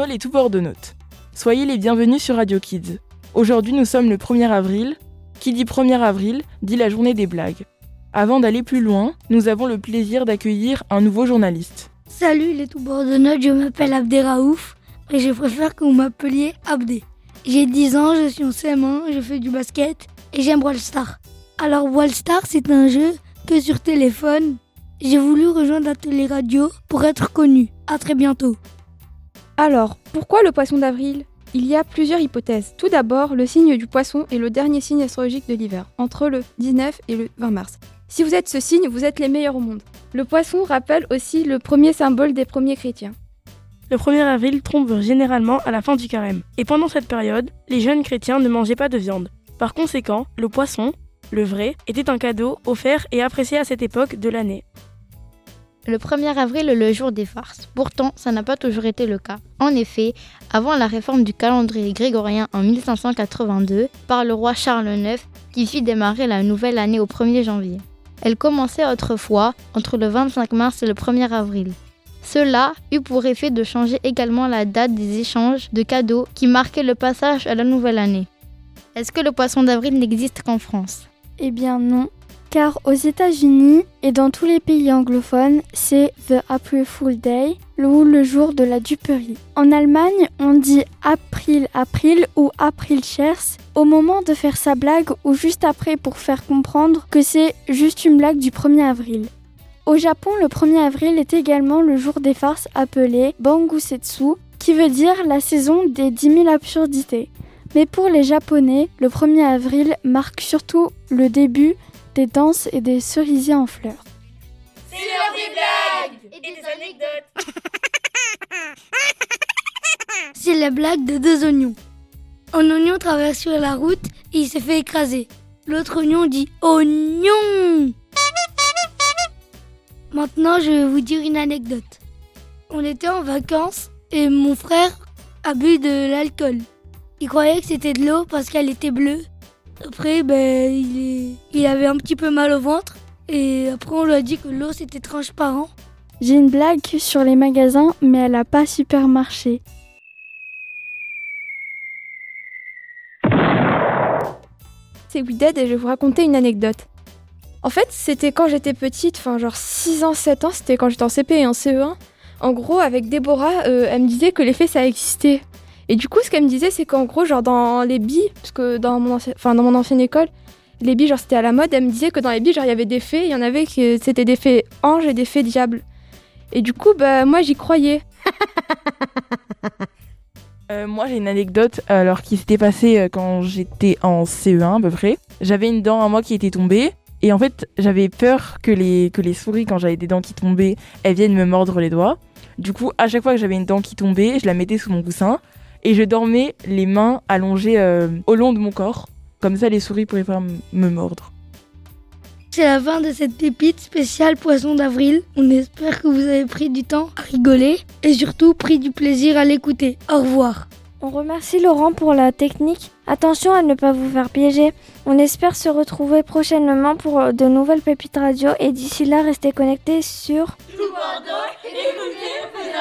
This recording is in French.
les tout bordenautes. Soyez les bienvenus sur Radio Kids. Aujourd'hui, nous sommes le 1er avril. Qui dit 1er avril, dit la journée des blagues. Avant d'aller plus loin, nous avons le plaisir d'accueillir un nouveau journaliste. Salut les tout bordenautes, je m'appelle Abderraouf et je préfère que vous m'appeliez Abdé. J'ai 10 ans, je suis en CM1, je fais du basket et j'aime Brawl Stars. Alors Brawl Stars, c'est un jeu que sur téléphone. J'ai voulu rejoindre la télé-radio pour être connu. À très bientôt. Alors, pourquoi le poisson d'avril ? Il y a plusieurs hypothèses. Tout d'abord, le signe du poisson est le dernier signe astrologique de l'hiver, entre le 19 et le 20 mars. Si vous êtes ce signe, vous êtes les meilleurs au monde. Le poisson rappelle aussi le premier symbole des premiers chrétiens. Le 1er avril tombe généralement à la fin du carême. Et pendant cette période, les jeunes chrétiens ne mangeaient pas de viande. Par conséquent, le poisson, le vrai, était un cadeau offert et apprécié à cette époque de l'année. Le 1er avril est le jour des farces. Pourtant, ça n'a pas toujours été le cas. En effet, avant la réforme du calendrier grégorien en 1582 par le roi Charles IX, qui fit démarrer la nouvelle année au 1er janvier. Elle commençait autrefois entre le 25 mars et le 1er avril. Cela eut pour effet de changer également la date des échanges de cadeaux qui marquaient le passage à la nouvelle année. Est-ce que le poisson d'avril n'existe qu'en France ? Eh bien non, car aux États-Unis et dans tous les pays anglophones, c'est The April Fool Day, ou le jour de la duperie. En Allemagne, on dit April ou April Scherz au moment de faire sa blague ou juste après pour faire comprendre que c'est juste une blague du 1er avril. Au Japon, le 1er avril est également le jour des farces appelé Bangusetsu, qui veut dire la saison des 10 000 absurdités. Mais pour les Japonais, le 1er avril marque surtout le début des danses et des cerisiers en fleurs. C'est l'heure des blagues et des anecdotes. C'est la blague de 2 oignons. Un oignon traverse sur la route et il se fait écraser. L'autre oignon dit « Oignon !» Maintenant, je vais vous dire une anecdote. On était en vacances et mon frère a bu de l'alcool. Il croyait que c'était de l'eau parce qu'elle était bleue. Après, il avait un petit peu mal au ventre. Et après, on lui a dit que l'eau, c'était transparent. J'ai une blague sur les magasins, mais elle n'a pas super marché. C'est Wided et je vais vous raconter une anecdote. En fait, c'était quand j'étais petite, genre 6 ans, 7 ans, c'était quand j'étais en CP et en CE1. En gros, avec Déborah, elle me disait que les fées, ça existait. Et du coup, ce qu'elle me disait, c'est qu'en gros, genre dans les billes, parce que dans mon ancienne école, les billes, genre c'était à la mode, elle me disait que dans les billes, genre il y avait des fées, il y en avait qui c'était des fées anges et des fées diables. Et du coup, moi j'y croyais. Moi j'ai une anecdote qui s'était passée quand j'étais en CE1 à peu près. J'avais une dent à moi qui était tombée et en fait j'avais peur que les souris, quand j'avais des dents qui tombaient, elles viennent me mordre les doigts. Du coup, à chaque fois que j'avais une dent qui tombait, je la mettais sous mon coussin et je dormais les mains allongées au long de mon corps. Comme ça, les souris pourraient pas me mordre. C'est la fin de cette pépite spéciale Poisson d'avril. On espère que vous avez pris du temps à rigoler et surtout pris du plaisir à l'écouter. Au revoir. On remercie Laurent pour la technique. Attention à ne pas vous faire piéger. On espère se retrouver prochainement pour de nouvelles pépites radio et d'ici là, restez connectés sur Tout Bordeaux, écoutez